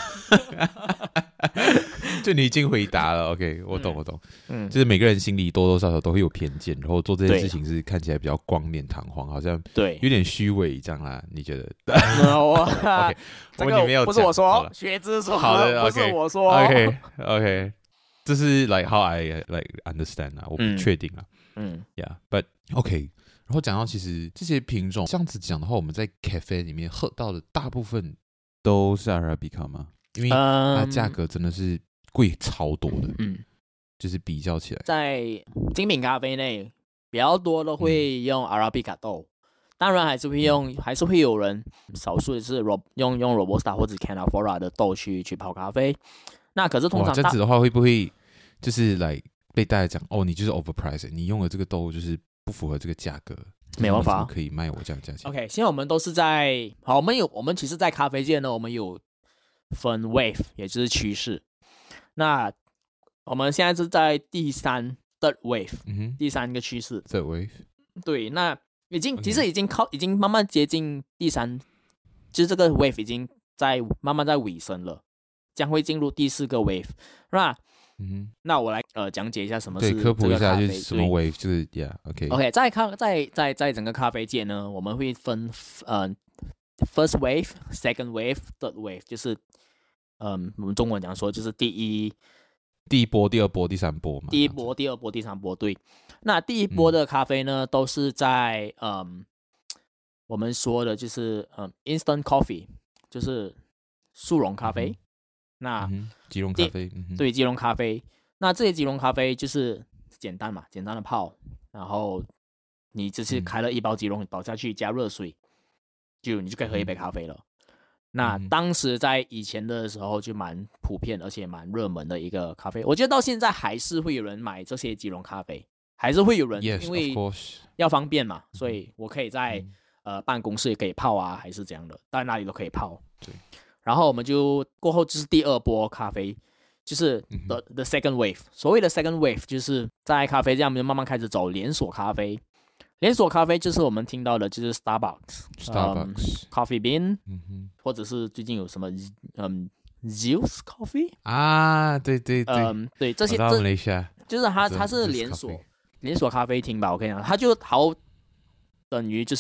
就你已经回答了 ，OK， 我懂，就是每个人心里多多少少都会有偏见，然后做这件事情是看起来比较光冕堂皇，好像有点虚伪这样啦，你觉得？OK， 这个不是我说，学之说， 好的， 不是我说 ，OK， 这是 how I understand 我不确定啊，Yeah，but OK。然后讲到其实这些品种这样子讲的话，我们在 cafe 里面喝到的大部分都是 Arabica 吗？因为它价格真的是贵超多的，就是比较起来，在精品咖啡内比较多的会用 Arabica 豆，当然还是会有人少数的是用 Robusta 或者 Canafora 的豆去泡咖啡。那可是通常这样子的话，会不会就是被大家讲你就是 overpriced， 你用的这个豆就是不符合这个价格， 没办法可以卖我这样价钱。 OK， 现在我们都是我们其实，在咖啡界呢，我们有分 wave， 也就是趋势。那我们现在是在第3 third wave，第3个趋势。 third wave。 对，那其实已经慢慢接近第三，就是这个 wave 已经慢慢在尾声了，将会进入第4个 wave， 是吧？那我来讲解一下什么是科普一下就是什么 wave， 就是 OK， 在整个咖啡界呢，我们会分first wave、second wave、third wave， 就是我们中文讲说就是第一波、第二波、第三波嘛。 第一波、第二波、第三波，对。那第一波的咖啡呢，都是在我们说的就是instant coffee， 就是速溶咖啡。那即溶咖啡， 对，即溶咖啡。那这些即溶咖啡就是简单的泡，然后你只是开了一包即溶，倒下去加热水，你就可以喝一杯咖啡了。那当时在以前的时候就蛮普遍，而且蛮热门的一个咖啡。我觉得到现在还是会有人买这些即溶咖啡，还是会有人，因为要方便嘛，所以我可以在办公室也可以泡啊，还是怎样的，在哪里都可以泡。 对。 然后我们就过后就是第2波咖啡，就是 the second wave。所谓的 second wave 就是在咖啡这样慢慢开始走连锁咖啡。连锁咖啡就是我们听到的，就是 Starbucks、Coffee Bean， 或者是最近有什么Zeus Coffee 啊，对，对， 这些就是它是连锁咖啡厅吧，我跟你讲，它就好等于就是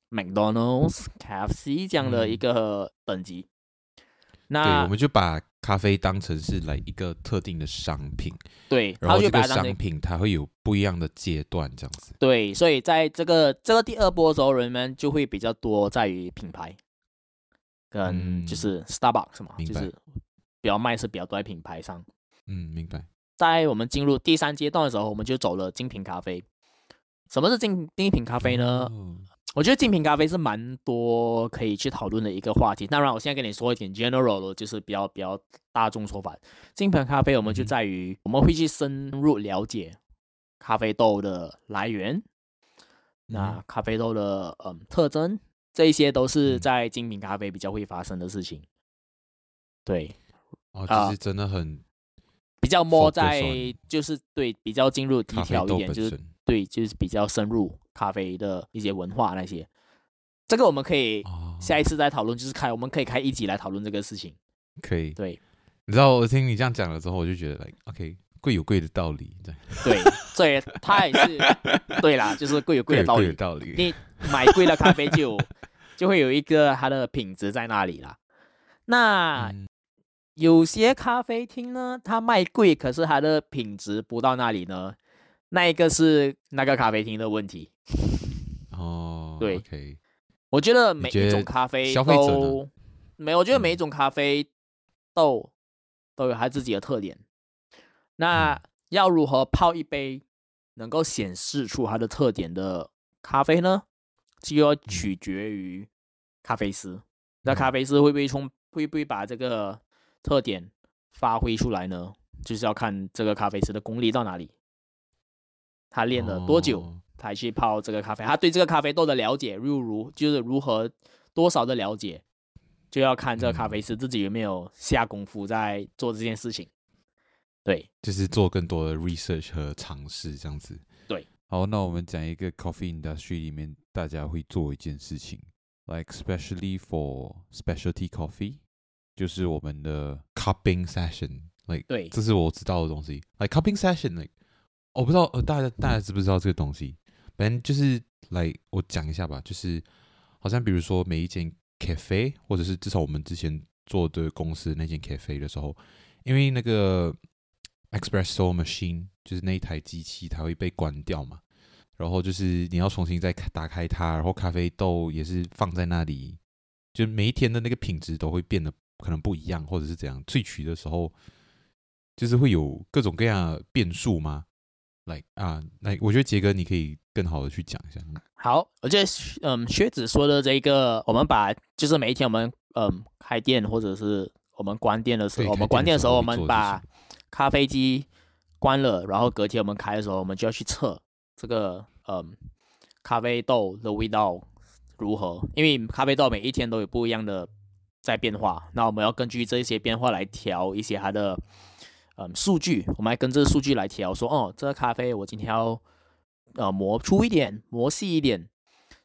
McDonald's、KFC 这样的一个等级。 对，我们就把咖啡当成是来一个特定的商品， 对， 然后这个商品它会有不一样的阶段，这样子。 对，所以在这个第2波的时候，人们就会比较多在于品牌，跟就是 Starbucks 嘛，就是比较卖是比较多在品牌上。 明白。在我们进入第3阶段的时候，我们就走了精品咖啡。什么是精品咖啡呢？我觉得精品咖啡是蛮多可以去讨论的一个话题。当然，我现在跟你说一点 general 的，就是比较大众说法。精品咖啡我们就在于我们会去深入了解咖啡豆的来源，那咖啡豆的特征，这一些都是在精品咖啡比较会发生的事情。对， 就是真的很比较摸在就是对比较进入低调一点，就是对，就是比较深入咖啡的一些文化那些。这个我们可以下一次再讨论，就是我们可以开一集来讨论这个事情。 可以。 对， 你知道我听你这样讲了之后，我就觉得 OK， 贵有贵的道理。 对，所以它也是对啦，就是贵有贵的道理。你买贵的咖啡就会有一个它的品质在那里啦。那有些咖啡厅呢，它卖贵，可是它的品质不到那里呢，那一个是那个咖啡厅的问题。对。 Okay， 我觉得每一种咖啡都没有，我觉得每一种咖啡都有它自己的特点。那要如何泡一杯能够显示出它的特点的咖啡呢？就要取决于咖啡师。那咖啡师会不会把这个特点发挥出来呢？就是要看这个咖啡师的功力到哪里，他练了多久才去泡这个咖啡，他对这个咖啡豆的了解就是如何多少的了解，就要看这个咖啡师自己有没有下功夫在做这件事情。对， 就是做更多的 research 和尝试这样子。 对， 好，那我们讲一个 coffee industry 里面大家会做一件事情 ，like especially for specialty coffee， 就是我们的 cupping session。like 对， 这是我知道的东西。like cupping session，like 我不知道大家知不知道这个东西？反正就是我讲一下吧，就是好像比如说每一间 cafe， 或者是至少我们之前做的公司那间 cafe 的时候，因为那个 espresso machine 就是那一台机器它会被关掉嘛，然后就是你要重新再打开它，然后咖啡豆也是放在那里，就每一天的那个品质都会变得可能不一样，或者是怎样，萃取的时候就是会有各种各样的变数吗？我觉得杰哥你可以更好的去讲一下。 好，我觉得薛子说的这个，我们把就是每一天我们开店或者是我们关店的时候，我们把咖啡机关了，然后隔天我们开的时候，我们就要去测这个咖啡豆的味道如何，因为咖啡豆每一天都有不一样的在变化，那我们要根据这些变化来调一些它的数据，我们来跟这个数据来调，说这个咖啡我今天要磨粗一点，磨细一点，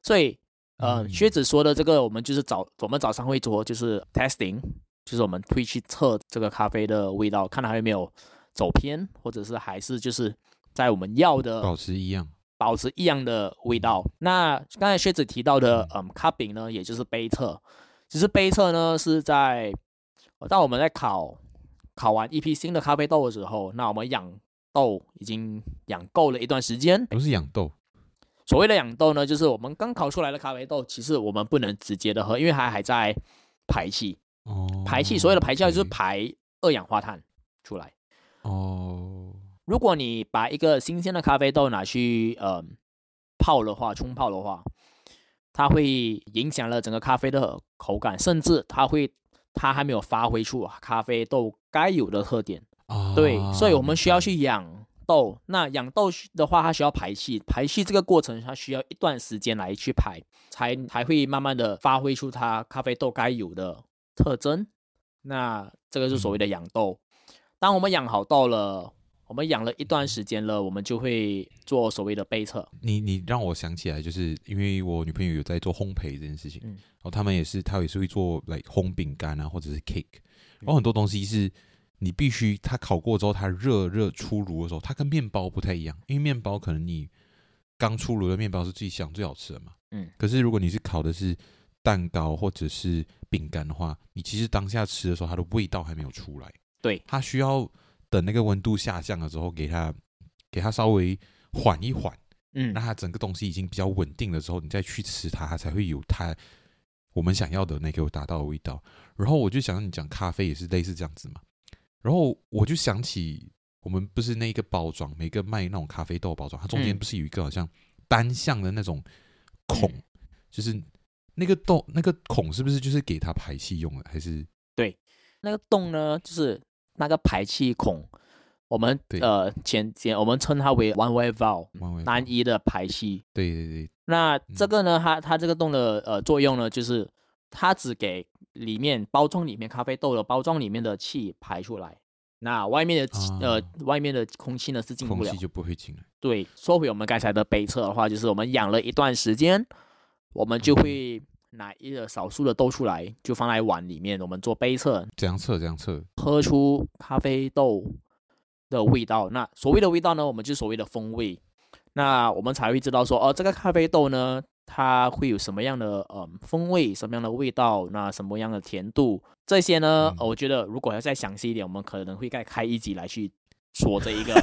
所以薛子说的这个，我们早上会做就是 testing， 就是我们会去测这个咖啡的味道，看它有没有走偏，或者是还是就是在我们要的保持一样的味道。那刚才薛子提到的cupping 呢，也就是杯测。其实杯测呢是当我们在烤完一批新的咖啡豆的时候，那我们养豆已经养够了一段时间。 不是养豆。 所谓的养豆呢，就是我们刚烤出来的咖啡豆，其实我们不能直接的喝，因为它还在排气。排气，所谓的排气就是排二氧化碳出来。如果你把一个新鲜的咖啡豆拿去冲泡的话，它会影响了整个咖啡的口感，甚至它还没有发挥出咖啡豆该有的特点。对，所以我们需要去养豆。那养豆的话，它需要排气，排气这个过程它需要一段时间来去排，才会慢慢的发挥出它咖啡豆该有的特征。那这个是所谓的养豆。当我们养好豆了，我们养了一段时间了，我们就会做所谓的杯测。 你让我想起来，就是因为我女朋友有在做烘焙这件事情，然后她也是会做烘饼干啊，或者是 cake， 然后很多东西是你必须它烤过之后，它热出炉的时候，它跟面包不太一样，因为面包可能你刚出炉的面包是最香最好吃的嘛，可是如果你是烤的是蛋糕或者是饼干的话，你其实当下吃的时候，它的味道还没有出来， 对， 它需要等那个温度下降了之后，给它稍微缓一缓，让它整个东西已经比较稳定的时候，你再去吃它才会有我们想要的那个达到的味道。然后我就想你讲咖啡也是类似这样子嘛，然后我就想起我们不是那一个包装，每个卖那种咖啡豆的包装，它中间不是有一个好像单向的那种孔，就是那个孔是不是就是给它排气用的，还是？ 对，那个洞呢，就是那个排气孔，我们我们称它为 one way valve， 单一的排气。 对。 那这个呢，它这个洞的作用呢，就是它只给包装里面咖啡豆的包装里面的气排出来，那外面的空气呢是进不了， 空气就不会进来。 对，说回我们刚才的杯测的话，就是我们养了一段时间，我们就会拿一个少数的豆出来，就放在碗里面，我们做杯测。 怎样测？ 喝出咖啡豆的味道。那所谓的味道呢，我们就所谓的风味。那我们才会知道说，这个咖啡豆呢，它会有什么样的风味，什么样的味道，那什么样的甜度，这些呢，我觉得如果要再详细一点，我们可能会再开一集来去说这一个。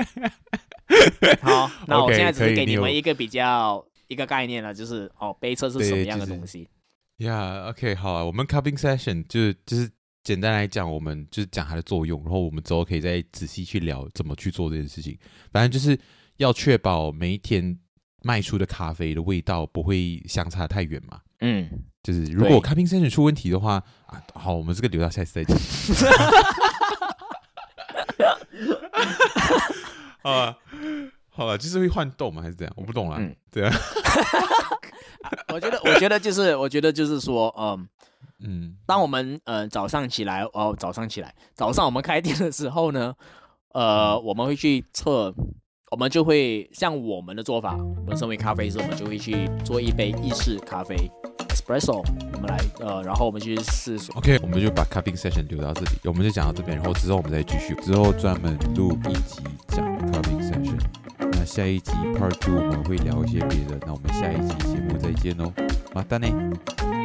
好，那我现在只是给你们一个比较一个概念了，就是杯测是什么样的东西。 OK， 好啊，我们 cupping session 就是简单来讲，我们就是讲它的作用，然后我们之后可以再仔细去聊怎么去做这件事情。反正就是要确保每一天卖出的咖啡的味道不会相差太远嘛。就是如果 cupping session 出问题的话，好，我们这个留到下次再讲。好了，就是会换豆嘛，还是这样？我不懂啦。对啊。 我觉得就是说，当我们早上我们开店的时候呢，我们会去测，我们就会像我们的做法，我们身为咖啡师，我们就会去做一杯意式咖啡 espresso， 我们来然后我们去试。 OK， 我们就把 cupping session 留到这里，我们就讲到这边，然后之后我们再继续，之后专门录一集讲 cupping session。那下一集 Part 2我们会聊一些别的，那我们下一集节目再见喽，马丹呢。